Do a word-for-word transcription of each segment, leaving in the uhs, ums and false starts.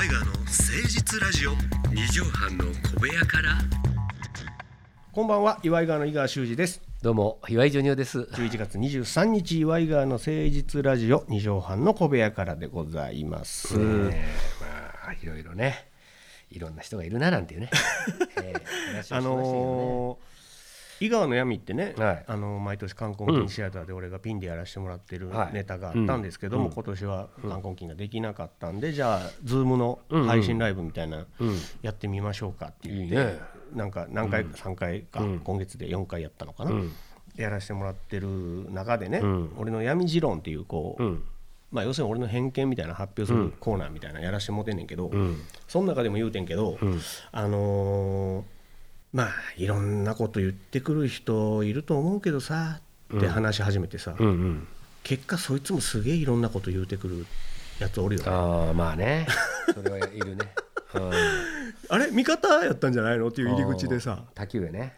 岩井川の誠実ラジオ。 二畳半の小部屋から。 こんばんは、岩井川の井川修司です。 どうも岩井ジョニオです。 じゅういちがつにじゅうさんにち、岩井川の誠実ラジオ二畳半の小部屋からでございます。 ねまあいろいろね、いろんな人がいるななんていうね、えー、話をしましたけどね。 あのー井川の闇ってね、 はい、 あの毎年冠婚金シアターで俺がピンでやらせてもらってるネタがあったんですけども、はい、今年は冠婚金ができなかったんで、じゃあズームの配信ライブみたいなやってみましょうかって言って、うんうん、なんか何回かさんかいか、うん、今月でよんかいやったのかな、うん、やらせてもらってる中でね、うん、俺の闇持論っていうこう、うんまあ、要するに俺の偏見みたいな発表するコーナーみたいなやらせてもらってんねんけど、うん、その中でも言うてんけど、うん、あのーまあいろんなこと言ってくる人いると思うけどさって話し始めてさ、うんうんうん、結果そいつもすげえいろんなこと言うてくるやつおるよね。 ああまあね、それはいるね、うん、 あれ味方やったんじゃないのっていう入り口でさ、 滝上ね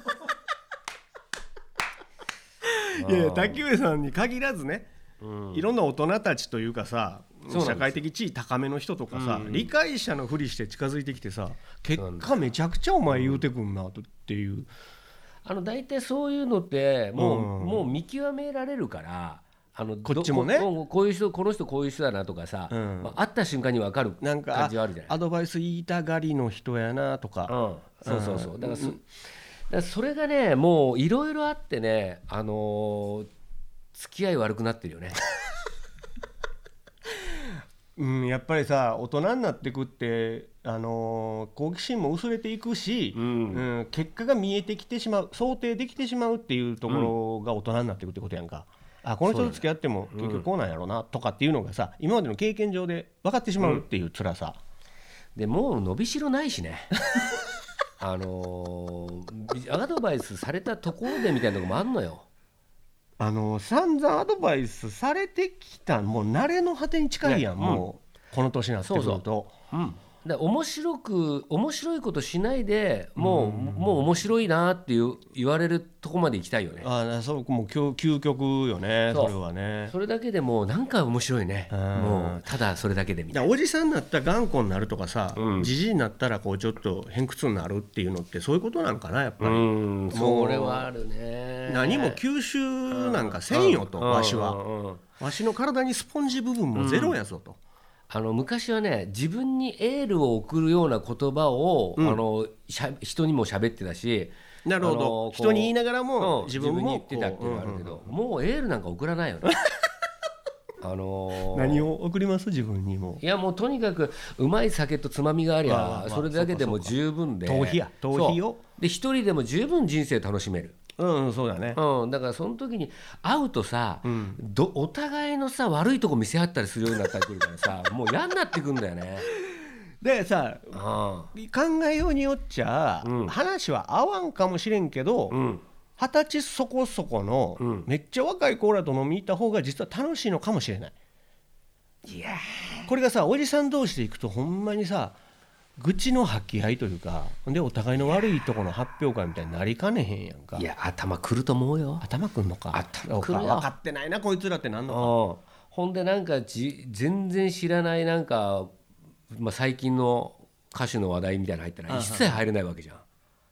いやいや滝上さんに限らずね、うん、いろんな大人たちというかさ、社会的地位高めの人とかさ、うん、理解者のふりして近づいてきてさ、結果めちゃくちゃお前言うてくんなっていう、うん、 あの大体そういうのってもう、うん、もう見極められるから、あのこっちもね、 こ, こういう人この人こういう人だなとかさ、うんまあ、会った瞬間に分かる感じはあるじゃない。 アドバイス言いたがりの人やなとか、 うん、そうそうそう、だから そ,、うん、だからそれがねもういろいろあってね、あのー、付き合い悪くなってるよねうん、やっぱりさ大人になってくって、あのー、好奇心も薄れていくし、うんうん、結果が見えてきてしまう、想定できてしまうっていうところが大人になっていくってことやんか、うん、あこの人と付き合っても結局こうなんやろうなとかっていうのがさ、今までの経験上で分かってしまうっていう辛さ、 うん、でもう伸びしろないしねあのー、アドバイスされたところでみたいなとこもあんのよ。 あの散々アドバイスされてきた、もう慣れの果てに近いやん、ね、もう、うん、この年になってくると、そうそう、うん、だ面白く面白いことしないでもう、うん、もう面白いなっていう言われるとこまで行きたいよね。 あそうもう究極よね。 そ, それはね、 それだけでもうなんか面白いね、もうただそれだけでみたいな。 おじさんになったら頑固になるとかさ、じじいになったらこうちょっと偏屈になるっていうのってそういうことなんかな、やっぱり。うん、 それはあるね。 何も吸収なんかせんよと、わしはわしの体にスポンジ部分もゼロやぞと、うん、 あの昔はね自分にエールを送るような言葉を、うん、あのしゃ人にも喋ってたし、 なるほど、人に言いながらも、うん、自分も自分に言ってたっていうのがあるけど、うんうんうん、もうエールなんか送らないよねあのー、 何を送ります？自分にも。 いやもうとにかくうまい酒とつまみがありゃ、まあまあ、それだけでも十分で、 逃避や逃避をで一人でも十分人生楽しめる。 うん、そうだね、 うん、だからその時に会うとさ、うん、どお互いのさ悪いとこ見せ合ったりするようになったりくるからさもう嫌になってくんだよね。 でさ、うん、考えようによっちゃ、うん、話は合わんかもしれんけど、うん、はたちそこそこの、うん、めっちゃ若い子らと飲み行った方が実は楽しいのかもしれない。いやこれがさおじさん同士で行くとほんまにさ愚痴の吐き合いというかでお互いの悪いところの発表会みたいになりかねへんやんか。 いや頭くると思うよ。 頭くんのか。 頭くるよ。 分かってないなこいつらってなんのか。 ほんでなんかじ全然知らないなんか、まあ、最近の歌手の話題みたいなの入ったら一切入れないわけじゃん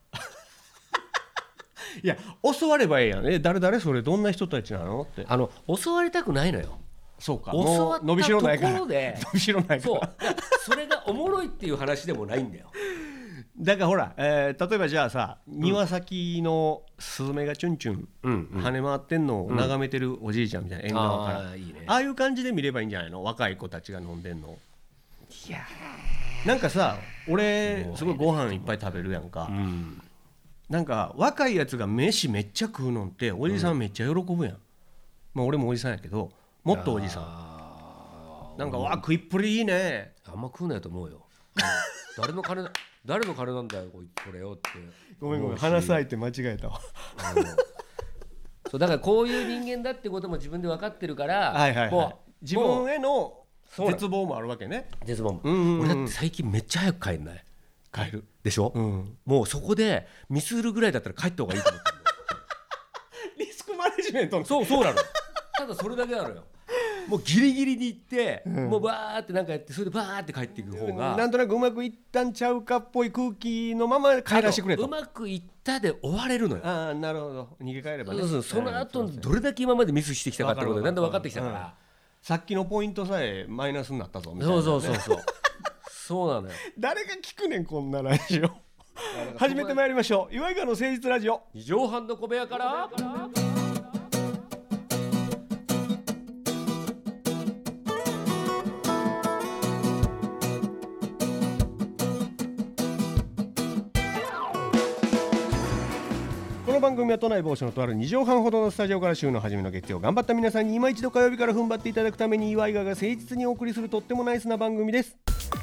いや教わればいいやん。え誰誰それどんな人たちなのって。 あの教わりたくないのよ。 そうか、 教わったところで伸びしろないからそうそれがおもろいっていう話でもないんだよ。 だからほら、えー、例えばじゃあさ、うん、庭先のスズメがチュンチュン、うんうん、跳ね回ってんのを眺めてるおじいちゃんみたいな、縁側から、あ、いいね、ああいう感じで見ればいいんじゃないの、若い子たちが飲んでんの。いやなんかさ俺すごいご飯いっぱい食べるやんか、うん、なんか若いやつが飯めっちゃ食うのっておじさんめっちゃ喜ぶやん、うん、まあ俺もおじさんやけどもっとおじさんなんかわ食いっぷりいいね。 あんま食うなよと思うよ誰の金誰の金なんだよこれよって。 ごめんごめん話す相手間違えたわそうだからこういう人間だってことも自分で分かってるから、 はいはいはい、もう自分への絶望もあるわけね。 絶望も、うんうんうん、俺だって最近めっちゃ早く帰んない。 帰るでしょ、うん、もうそこでミスるぐらいだったら帰った方がいいと思ってるリスクマネジメントのそうそうなのただそれだけなのよもうギリギリに行って、 うん、 もうバーってなんかやってそれでバーって帰っていく方が、 なんとなくうまくいったんちゃうかっぽい空気のまま帰らせてくれと。 うまくいったで終われるのよ。 ああなるほど、逃げ帰ればね。 そうそう、その後どれだけ今までミスしてきたかってことでだんだん分かってきたから、うん、 さっきのポイントさえマイナスになったぞみたいな、ね、 そうそうそうそうそうなのよ。 誰が聞くねんこんなラジオ始めてまいりましょう。岩井川の誠実ラジオ、 二畳半の小部屋から。 この番組は都内某所のとあるに畳半ほどのスタジオから週の初めの月曜、頑張った皆さんに今一度火曜日から踏ん張っていただくために岩井川が誠実にお送りするとってもナイスな番組です。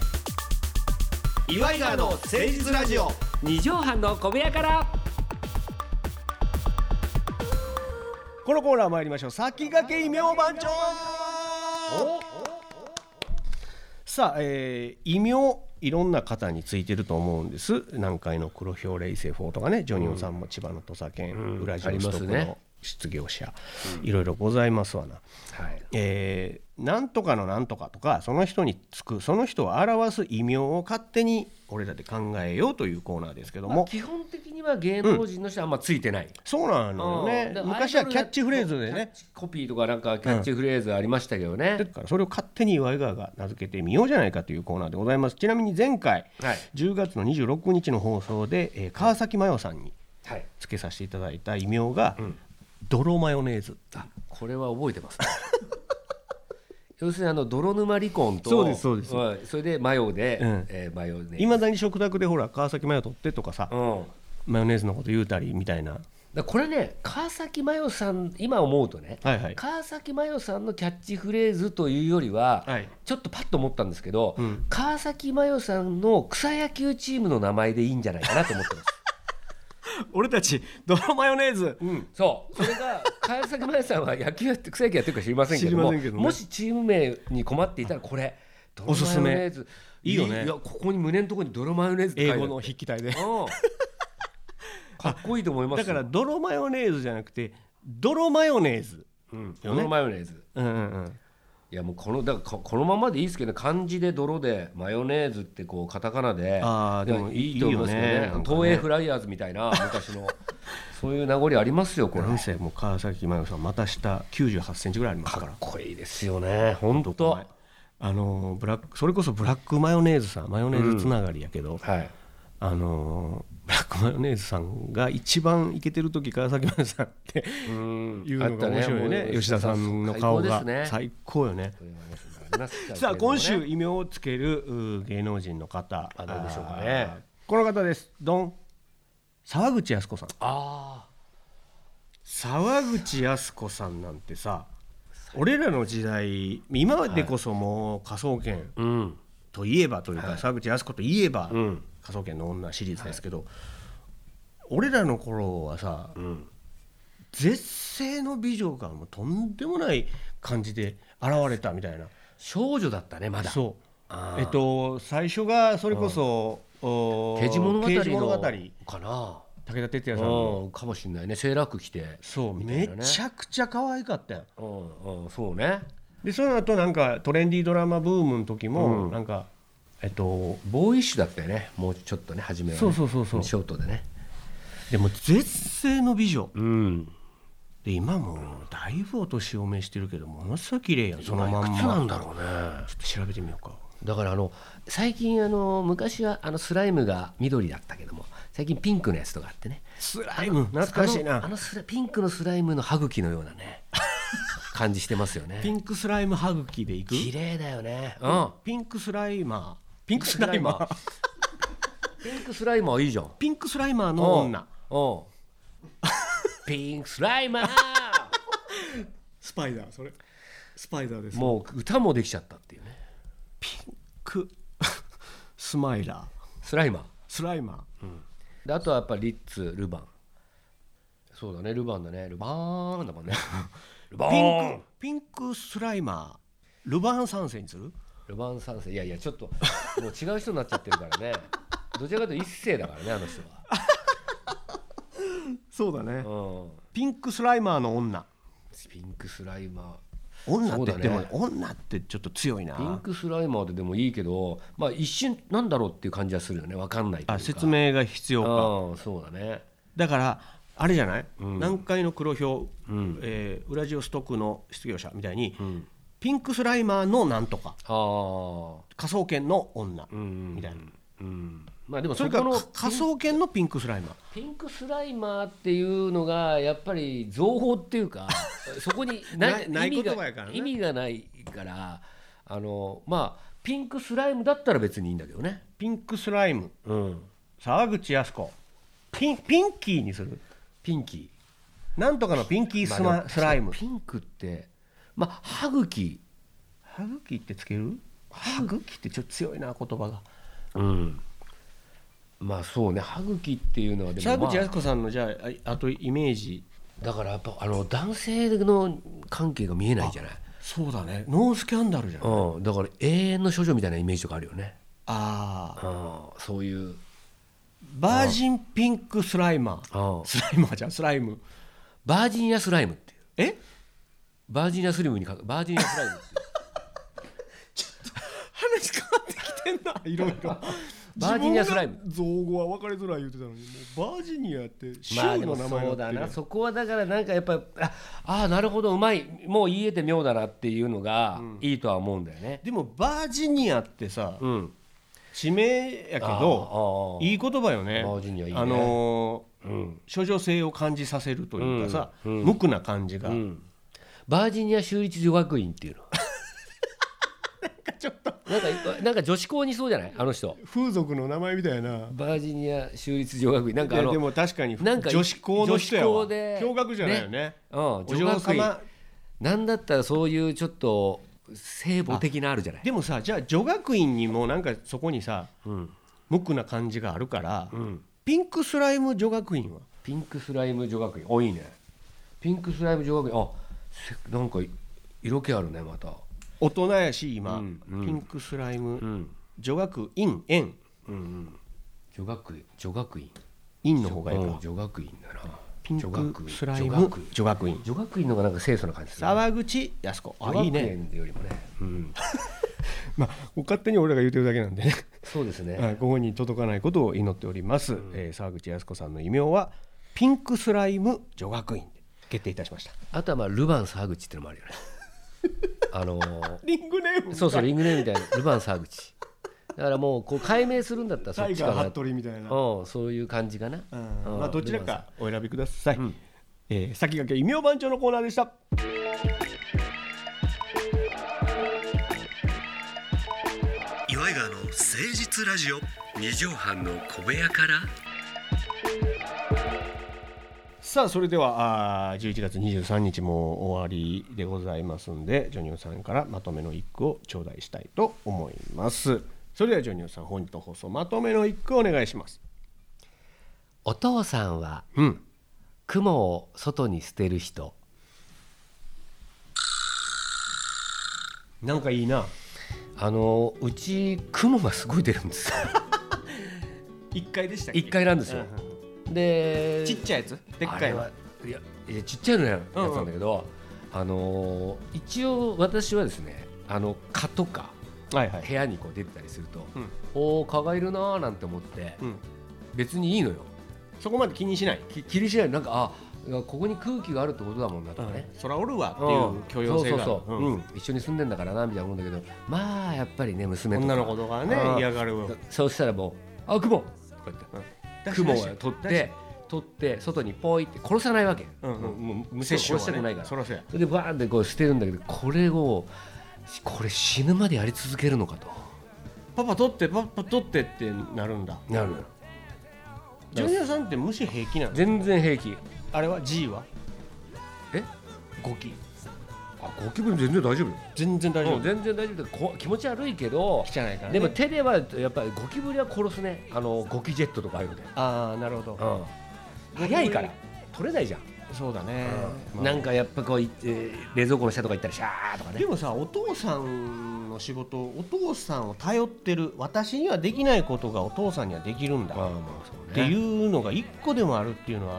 岩井川の誠実ラジオ、 二畳半の小部屋から。 このコーナー参りましょう。先駆け異名番長。さあ、えー、異名いろんな方についてると思うんです。南海の黒豹レイセフォーとかね、ジョニオさんも千葉の土佐県、うん、ウラジオストクの失業者、うん、いろいろございますわな、はい、えー、なんとかのなんとかとかその人につくその人を表す異名を勝手に俺らで考えようというコーナーですけども、まあ、 基本的には芸能人の人はあんまついてない、うん、 そうなのよね。昔はキャッチフレーズでね、 コピーとかなんかキャッチフレーズありましたけどね、うん、 だからそれを勝手に岩井川が名付けてみようじゃないかというコーナーでございます。ちなみに前回、はい、じゅうがつのにじゅうろくにちの放送で、えー、川崎麻世さんにつけさせていただいた異名が、うん、泥マヨネーズ。 あ、これは覚えてますね要するにあの泥沼離婚と、 そうですそうです、 はい、それでマヨで、うんえー、マヨネーズいまだに食卓でほら川崎マヨ取ってとかさ、うん、マヨネーズのこと言うたりみたいな。 だこれね、川崎麻世さん今思うとね、はいはい、川崎麻世さんのキャッチフレーズというよりは、はい、ちょっとパッと思ったんですけど、うん、川崎麻世さんの草野球チームの名前でいいんじゃないかなと思ってます俺たち泥マヨネーズ、 うん、そうそれが川崎麻世さんは野球やって草野球やってるか知りませんけども、けどね、もしチーム名に困っていたらこれ泥マヨネーズいいよね。 いやここに胸のところに泥マヨネーズって書いてある、 英語の筆記体でかっこいいと思いますよ。 だから泥マヨネーズじゃなくて泥マヨネーズ、 うん、泥マヨネーズ、うんうんうん、いやもうこのだからこのままでいいですけど、ね、漢字で泥でマヨネーズってこうカタカナで、 あでもいいと思いますけどね。 ね、東映フライヤーズみたいな昔のそういう名残ありますよ。これもう川崎麻世さんまた下きゅうじゅうはちセンチぐらいありますから、 かっこいいですよね本当。 あのブラックそれこそブラックマヨネーズさん、マヨネーズつながりやけど、うんはい、あのブラックマヨネーズさんが一番イケてる時川崎麻世さんっていうのが面白いよ ね, ね吉田さんの顔が最高よねさあ今週異名をつける芸能人の方、 あどうでしょうかね。 この方です。ドン、沢口靖子さん。 あ沢口靖子さんなんてさ、俺らの時代今までこそもう科捜研といえばというか、はい、沢口靖子といえば、うん、科捜研の女シリーズですけど、はい、俺らの頃はさ、うん、絶世の美女がもうとんでもない感じで現れたみたいな。 少女だったねまだ。 そうあえっと最初がそれこそ、 うん、刑事物語のかな、 武田鉄矢さんのかもしれないね。セーラー服着てそうみたいな、ね、めちゃくちゃ可愛かったよ、 うんうん、そうね。 でその後なんかトレンディードラマブームの時も、うん、なんかえっとボーイッシュだったよねもうちょっとね初めはね。 そうそうそうそうショートでね。 でも絶世の美女、 うん、 で今もだいぶお年を召してるけどものすごい綺麗やんそのまんま。 いくつなんだろうね。 ちょっと調べてみようか。 だからあの最近あの昔はあのスライムが緑だったけども最近ピンクのやつとかあってね。 スライム懐かしいな。 あの、あのスラピンクのスライムの歯茎のようなね感じしてますよね。 ピンクスライム歯茎でいく。 綺麗だよね、 うん、ピンクスライマーピンクスライマーピンクスライマーいいじゃん。 ピンクスライマーの女。 おピンクスライマースパイダーそれスパイダーです。 もう歌もできちゃったっていうね。 ピンクスマイラースライマースライマー、 うん、であとはやっぱリッツルヴァン。そうだねルヴァンだねルヴァンだもんねルヴァンピンクピンクスライマールヴァン三世にする。 ルヴァン三世いやいやちょっともう違う人になっちゃってるからねどちらかというと一世だからねあの人はそうだね、うん、ピンクスライマーの女。 ピンクスライマー女って、ね、でも女ってちょっと強いな。 ピンクスライマーででもいいけど、まあ、一瞬なんだろうっていう感じはするよね。分かんないというか。 あ、説明が必要か。 あ、そうだね。 だからあれじゃない、うん、南海の黒ひょう、うん、えー、ウラジオストクの失業者みたいに、うん、ピンクスライマーのなんとか、あ、科捜研の女、うん、みたいな、うん、まあ、でもそれから科捜研のピンクスライマー、 ピンクスライマーっていうのがやっぱり造語っていうかそこにないない言葉やからね、意味がないから、あの、まあ、ピンクスライムだったら別にいいんだけどね。 ピンクスライム、うん、沢口靖子、ピン、ピンキーにする。 ピンキーなんとかのピンキースマ、まあ、スライム。 ピンクって、まあ、歯茎、 歯茎ってつける？歯茎ってちょっと強いな言葉が。 うん。まあそうね、歯茎っていうのはでも、まあ、 沢口靖子さんのじゃああとイメージだからやっぱあの男性の関係が見えないじゃない。 そうだね、ノースキャンダルじゃない、 うん、だから永遠の処女みたいなイメージとかあるよね。 ああ、そういうバージンピンクスライマー、スライマーじゃん、スライム、 バージニアスライムっていう、 えバージニアスリムにかバージニアスライムっていうちょっと話変わってきてんな、いろいろバージニアスライム、 造語は分かりづらい言ってたのに、もうバージニアって州の名前になってる。 まあ、そうだな、そこはだからなんかやっぱり あ, あなるほど、うまい、もう言えて妙だなっていうのがいいとは思うんだよね、 うん、でもバージニアってさ、うん、地名やけどいい言葉よね。 バージニアいいね、 あのーうん、処女性を感じさせるというかさ、うんうん、無垢な感じが、うん、 バージニア州立女学院っていうのなんかちょっとなんか、なんか女子校にそうじゃない、あの人、 風俗の名前みたいな、 バージニア州立女学院、なんかあの、 でも確かに女子校の人やわ、共学じゃないよね、ね、うん、お嬢様なんだったらそういうちょっと聖母的なあるじゃない。 でもさ、じゃあ女学院にもなんかそこにさ、うん、無垢な感じがあるから、うん、ピンクスライム女学院はピンクスライム女学院、お、いいね、ピンクスライム女学院、あ、なんか色気あるね、また大人やし今、うんうん、ピンクスライム、うん、女学院園、うんうん、 女学院女学院院の方がいいか、 女学院だな、 ピンクスライム女学院、 女学院のがなんか清楚な感じですね。 沢口靖子、 あ、いいねよりもね、うん、 まあ勝手に俺らが言ってるだけなんでねそうですね、 ご本人に届かないことを祈っております、うん、えー、沢口靖子さんの異名はピンクスライム女学院で決定いたしました。 あとはまあルヴァン沢口っていうのもあるよねあのー、 リングネーム、 そうそう、リングネームみたいな、ルヴァン沢口だからもうこう解明するんだったらそっちかな、 タイガー服部みたいな、 うん、そういう感じかな、 うん、まあ、どちらかお選びください、うん、えー、先駆け異名番長のコーナーでした。 岩井川の誠実ラジオ、二畳半の小部屋から。 さあ、それではあじゅういちがつにじゅうさんにちも終わりでございますんで、ジョニオさんからまとめの一句を頂戴したいと思います。それではジョニオさん、本日の放送まとめの一句お願いします。 お父さんは、うん、雲を外に捨てる人。 なんかいいな。 あのうち雲がすごい出るんですよいっかいでしたっけ。 いっかいなんですよ、うん、でちっちゃいやつ、でっかいの、 いやいやちっちゃいのやつなんだけど、うんうん、あの一応私はですね、あの蚊とか、はいはい、部屋にこう出てたりすると、うん、おー蚊がいるなーなんて思って、うん、別にいいのよ、 そこまで気にしない、 き気にしない、なんかあここに空気があるってことだもんなとかね、 うん、そらおるわっていう許容性がある、 そうそうそう、うん、一緒に住んでんだからなみたいな思うんだけど、まあやっぱりね、娘とか女の子とかね嫌がる。 そうしたらもうあ雲とか言って、うん、雲を取って取って外にポイって殺さないわけ、うんうん、もう虫を殺したくないから、 そらそうや。 それでバーンってこう捨てるんだけど、これをこれ死ぬまでやり続けるのかと、 パパ取ってパパ取ってってなるんだ。 なる。 ジョニオさんって虫平気なの？ 全然平気。 あれは G はえゴキ、 あゴキブリ全然大丈夫よ。 全然大丈夫、 うん、全然大丈夫で、こ気持ち悪いけど汚いから、ね、 でも手ではやっぱりゴキブリは殺すね、あのゴキジェットとかああいうので。 ああなるほど、 うん、早いから取れないじゃん。 そうだね、 うん、なんかやっぱこう、えー、冷蔵庫の下とか行ったらシャーとかね。 でもさ、お父さんの仕事、お父さんを頼ってる、私にはできないことがお父さんにはできるんだ、まあまあそうね、っていうのが一個でもあるっていうのは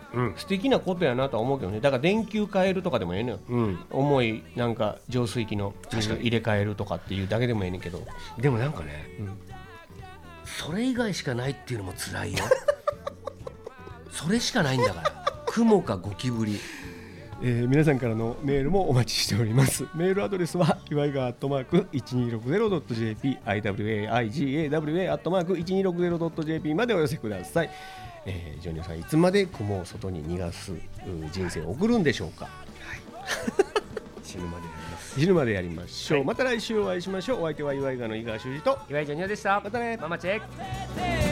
うん、素敵なことやなとは思うけどね。だから電球変えるとかでもええのよ、うん、重いなんか浄水器の水入れ替えるとかっていうだけでもええねんけど、 でもなんかね、うん、それ以外しかないっていうのも辛いよそれしかないんだから雲かゴキブリ。 えー、皆さんからのメールもお待ちしております。メールアドレスは岩井川アットマーク いちにーろくぜろドットジェーピー アイダブリューエーアイジーエーダブリューエー アットマーク いちにーろくぜろドットジェーピー までお寄せください。えー、ジョニオさんいつまで雲を外に逃がす人生を送るんでしょうか。はい死ぬまでやります。 死ぬまでやりましょう、はい、また来週お会いしましょう。お相手は岩井川の井川修司と岩井ジョニオでした。 またね。 ママチェック。